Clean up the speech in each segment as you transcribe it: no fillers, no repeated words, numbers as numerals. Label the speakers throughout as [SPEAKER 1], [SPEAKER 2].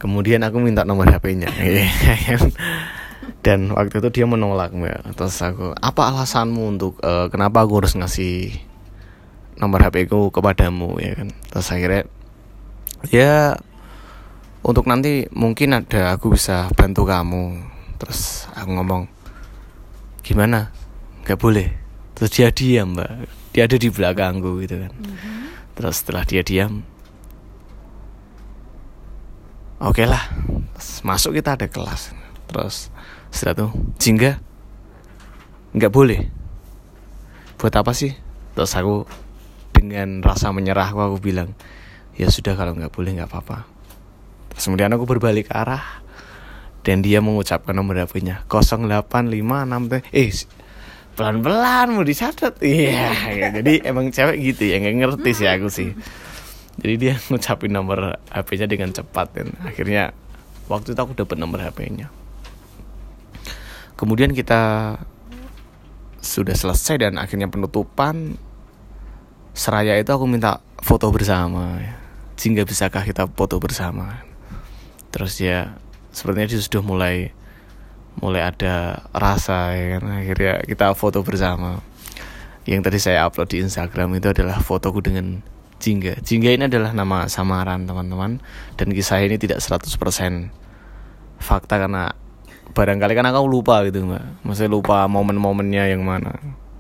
[SPEAKER 1] Kemudian aku minta nomor HP-nya. Dan waktu itu dia menolak, Mbak. Terus aku, apa alasanmu untuk kenapa aku harus ngasih nomor HP-ku kepadamu, ya kan? Terus akhirnya, ya untuk nanti mungkin aku bisa bantu kamu. Terus aku ngomong, gimana? Gak boleh. Terus dia diam, Mbak. Dia ada di belakangku gitu kan. Terus setelah dia diam, oke lah, masuk, kita ada kelas. Terus setelah itu, Jingga, gak boleh. Buat apa sih? Terus aku dengan rasa menyerah aku bilang, ya sudah, kalau gak boleh gak apa-apa. Terus kemudian aku berbalik arah, dan dia mengucapkan nomor HP-nya 0856 pelan-pelan mau dicatat. Iya, jadi emang cewek gitu ya, gak ngerti sih aku sih. Jadi dia ngucapin nomor HP-nya dengan cepat, dan akhirnya waktu itu aku dapat nomor HP-nya. Kemudian kita sudah selesai dan akhirnya penutupan. Seraya itu aku minta foto bersama. Jingga, bisakah kita foto bersama? Terus ya sepertinya dia sudah mulai ada rasa, ya kan? Akhirnya kita foto bersama. Yang tadi saya upload di Instagram itu adalah fotoku dengan Jingga. Jingga ini adalah nama samaran, teman-teman. Dan kisah ini tidak 100% fakta, karena barangkali kan aku lupa gitu, Mbak. Maksudnya lupa momen-momennya yang mana.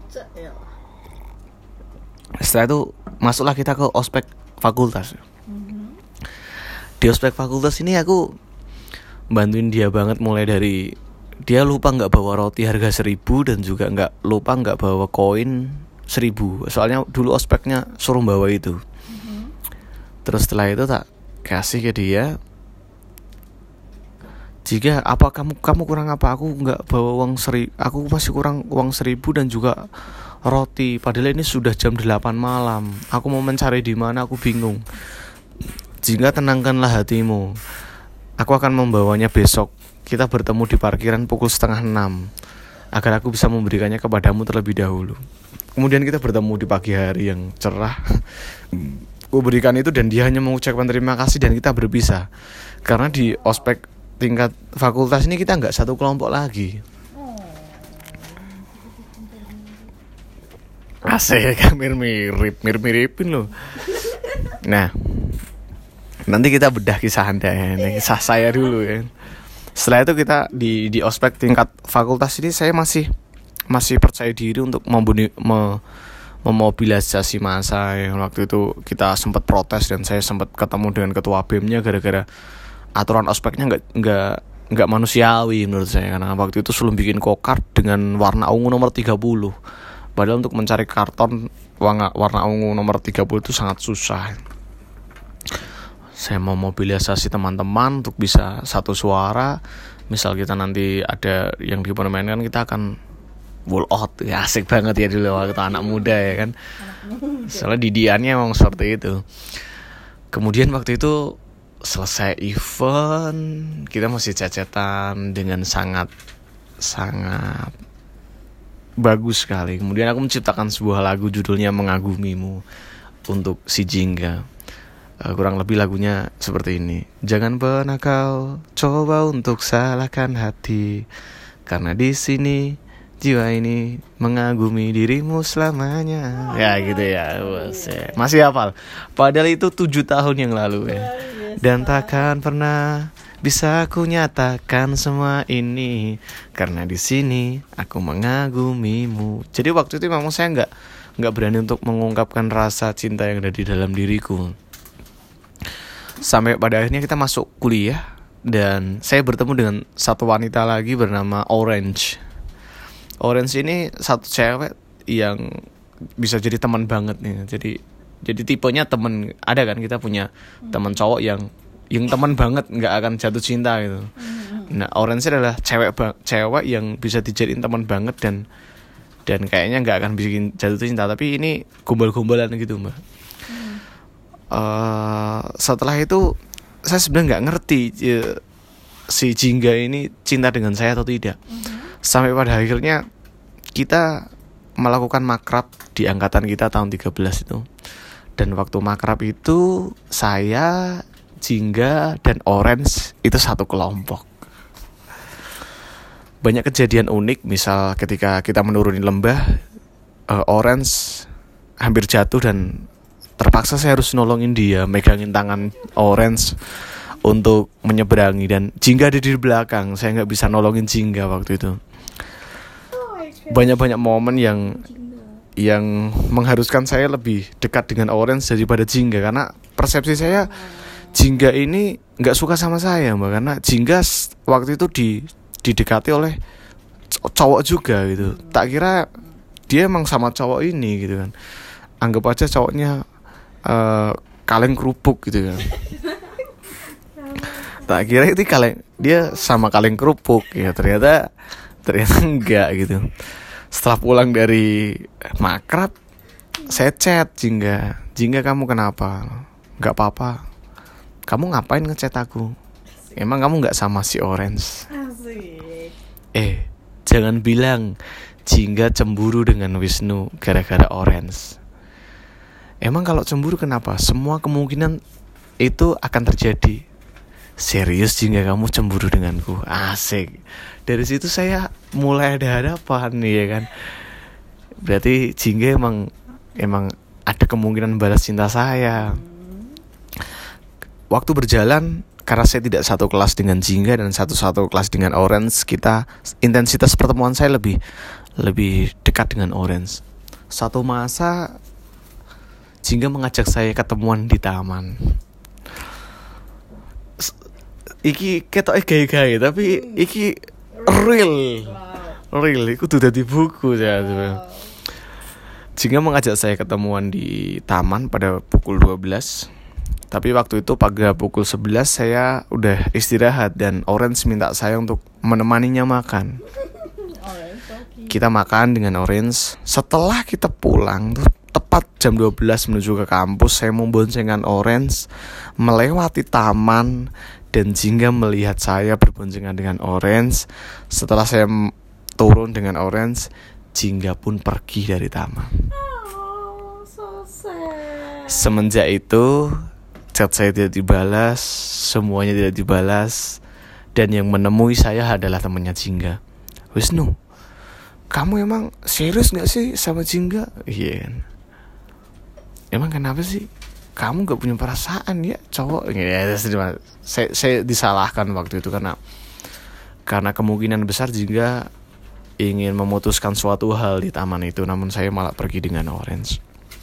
[SPEAKER 1] Setelah itu masuklah kita ke ospek fakultas. Di ospek fakultas ini aku bantuin dia banget, mulai dari dia lupa gak bawa roti harga 1.000, dan juga lupa gak bawa koin 1.000. Soalnya dulu ospeknya suruh bawa itu. Terus setelah itu tak kasih ke dia. Jika apa kamu kurang apa? Aku nggak bawa uang 1.000. Aku masih kurang uang 1.000 dan juga roti. Padahal ini sudah jam 8 malam. Aku mau mencari di mana, aku bingung. Jika tenangkanlah hatimu. Aku akan membawanya besok. Kita bertemu di parkiran pukul 5:30 agar aku bisa memberikannya kepadamu terlebih dahulu. Kemudian kita bertemu di pagi hari yang cerah. Aku berikan itu dan dia hanya mengucapkan terima kasih, dan kita berpisah. Karena di ospek tingkat fakultas ini kita nggak satu kelompok lagi. Asik, mirip-miripin loh. Nah, nanti kita bedah kisah Anda ya. Kisah saya dulu ya. Setelah itu kita di ospek tingkat fakultas ini saya masih percaya diri untuk memobilisasi massa. Yang waktu itu kita sempat protes, dan saya sempat ketemu dengan ketua BEM-nya gara-gara aturan ospeknya nggak manusiawi menurut saya, karena waktu itu sebelum bikin kokart dengan warna ungu nomor 30. Padahal untuk mencari karton warna ungu nomor 30 itu sangat susah. Saya mau mobilisasi teman-teman untuk bisa satu suara. Misal kita nanti ada yang dipermainkan, kita akan full out. Ya, asik banget ya dulu waktu anak muda ya kan. Soalnya didiannya emang seperti itu. Kemudian waktu itu selesai event, kita masih cecetan dengan sangat bagus sekali. Kemudian aku menciptakan sebuah lagu judulnya Mengagumimu untuk si Jingga. Kurang lebih lagunya seperti ini. Jangan pernah kau coba untuk salahkan hati, karena di sini jiwa ini mengagumi dirimu selamanya. Ya gitu ya. Masih hafal. Padahal itu 7 tahun yang lalu ya. Dan takkan pernah bisa aku nyatakan semua ini, karena di sini aku mengagumimu. Jadi waktu itu memang saya nggak berani untuk mengungkapkan rasa cinta yang ada di dalam diriku. Sampai pada akhirnya kita masuk kuliah, dan saya bertemu dengan satu wanita lagi bernama Orange. Orange ini satu cewek yang bisa jadi teman banget nih. Jadi tipenya teman, ada kan kita punya teman cowok yang teman banget, nggak akan jatuh cinta gitu. Nah, Orange adalah cewek yang bisa dijadiin teman banget, dan kayaknya nggak akan bikin jatuh cinta, tapi ini gombal-gombalan gitu, Mbak. Setelah itu saya sebenarnya nggak ngerti si Jingga ini cinta dengan saya atau tidak. Sampai pada akhirnya kita melakukan makrab di angkatan kita tahun 13 itu. Dan waktu makrab itu saya jingga dan orange itu satu kelompok. Banyak kejadian unik, misal ketika kita menuruni lembah, orange hampir jatuh dan terpaksa saya harus nolongin dia, megangin tangan orange untuk menyeberangi, dan jingga ada di belakang. Saya nggak bisa nolongin jingga waktu itu. Banyak momen yang mengharuskan saya lebih dekat dengan orange daripada jingga, karena persepsi saya jingga ini nggak suka sama saya, Mbak, karena jingga waktu itu didekati oleh cowok juga gitu. Tak kira dia emang sama cowok ini gitu kan. Anggap aja cowoknya kaleng kerupuk gitu kan. Tak kira itu dia sama kaleng kerupuk ya, ternyata enggak gitu. Setelah pulang dari makrab, saya chat jingga, kamu kenapa? Enggak apa-apa. Kamu ngapain ngechat aku? Emang kamu enggak sama si orange? Jangan bilang jingga cemburu dengan Wisnu gara-gara orange. Emang kalau cemburu kenapa? Semua kemungkinan itu akan terjadi. Serius jingga kamu cemburu denganku? Asik. Dari situ saya mulai ada harapan nih ya kan. Berarti jingga emang ada kemungkinan balas cinta saya. Waktu berjalan, karena saya tidak satu kelas dengan jingga dan satu kelas dengan orange, intensitas pertemuan saya lebih dekat dengan orange. Satu masa jingga mengajak saya ketemuan di taman. Iki ketok gaya-gaya, tapi iki real. Iku udah di buku ya. Jingga mengajak saya ketemuan di taman pada pukul 12. Tapi waktu itu pada pukul 11 saya udah istirahat dan orange minta saya untuk menemaninya makan. Kita makan dengan orange. Setelah kita pulang tuh tepat jam 12 menuju ke kampus, saya memboncengan orange melewati taman dan jingga melihat saya berboncengan dengan orange. Setelah saya turun dengan orange, jingga pun pergi dari taman.
[SPEAKER 2] So sad.
[SPEAKER 1] Semenjak itu chat saya tidak dibalas, semuanya tidak dibalas, dan yang menemui saya adalah temannya jingga. Wisnu, kamu emang serius gak sih sama jingga? Iya. Emang kenapa sih? Kamu gak punya perasaan ya cowok? Ya, saya disalahkan waktu itu karena kemungkinan besar jingga ingin memutuskan suatu hal di taman itu, namun saya malah pergi dengan orange.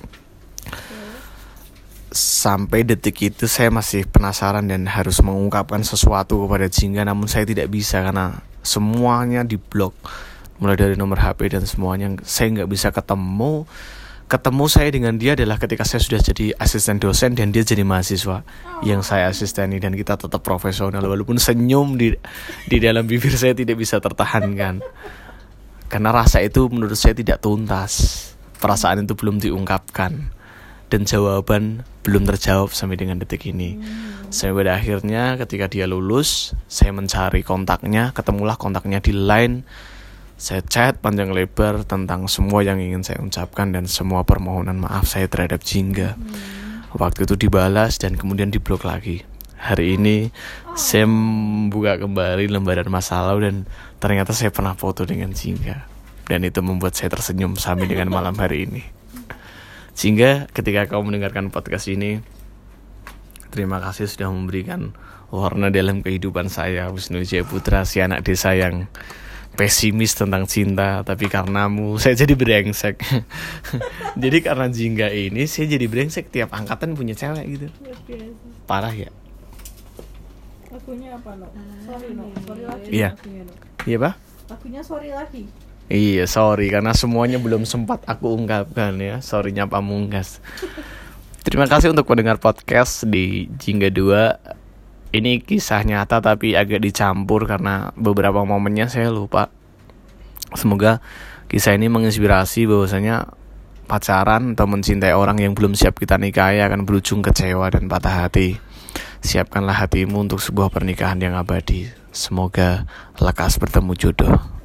[SPEAKER 1] Sampai detik itu saya masih penasaran dan harus mengungkapkan sesuatu kepada jingga, namun saya tidak bisa karena semuanya diblok, mulai dari nomor HP dan semuanya. Saya nggak bisa ketemu saya dengan dia adalah ketika saya sudah jadi asisten dosen dan dia jadi mahasiswa yang saya asisteni, dan kita tetap profesional walaupun senyum di dalam bibir saya tidak bisa tertahankan karena rasa itu menurut saya tidak tuntas, perasaan itu belum diungkapkan dan jawaban belum terjawab sampai dengan detik ini. Sampai pada akhirnya ketika dia lulus, saya mencari kontaknya, ketemulah kontaknya di Line. Saya chat panjang lebar tentang semua yang ingin saya ucapkan dan semua permohonan maaf saya terhadap jingga. Waktu itu dibalas dan kemudian diblok lagi. Hari ini saya membuka kembali lembaran masa lalu dan ternyata saya pernah foto dengan jingga. Dan itu membuat saya tersenyum sampai dengan malam hari ini. Jingga, ketika kau mendengarkan podcast ini, terima kasih sudah memberikan warna dalam kehidupan saya. Wisnu Wijaya Putra, si anak desa yang pesimis tentang cinta, tapi karenamu saya jadi brengsek. Jadi karena jingga ini saya jadi brengsek, tiap angkatan punya cewek gitu. Parah ya.
[SPEAKER 2] Lagunya apa, no? Sorry, no. Sorry lagi.
[SPEAKER 1] Iya. Iya, Pak?
[SPEAKER 2] Lagunya sorry lagi.
[SPEAKER 1] Iya, sorry karena semuanya belum sempat aku ungkapkan ya. Sorry-nya pamungkas. Terima kasih untuk pendengar podcast di Jingga 2. Ini kisah nyata tapi agak dicampur karena beberapa momennya saya lupa. Semoga kisah ini menginspirasi bahwasanya pacaran atau mencintai orang yang belum siap kita nikahi akan berujung kecewa dan patah hati. Siapkanlah hatimu untuk sebuah pernikahan yang abadi. Semoga lekas bertemu jodoh.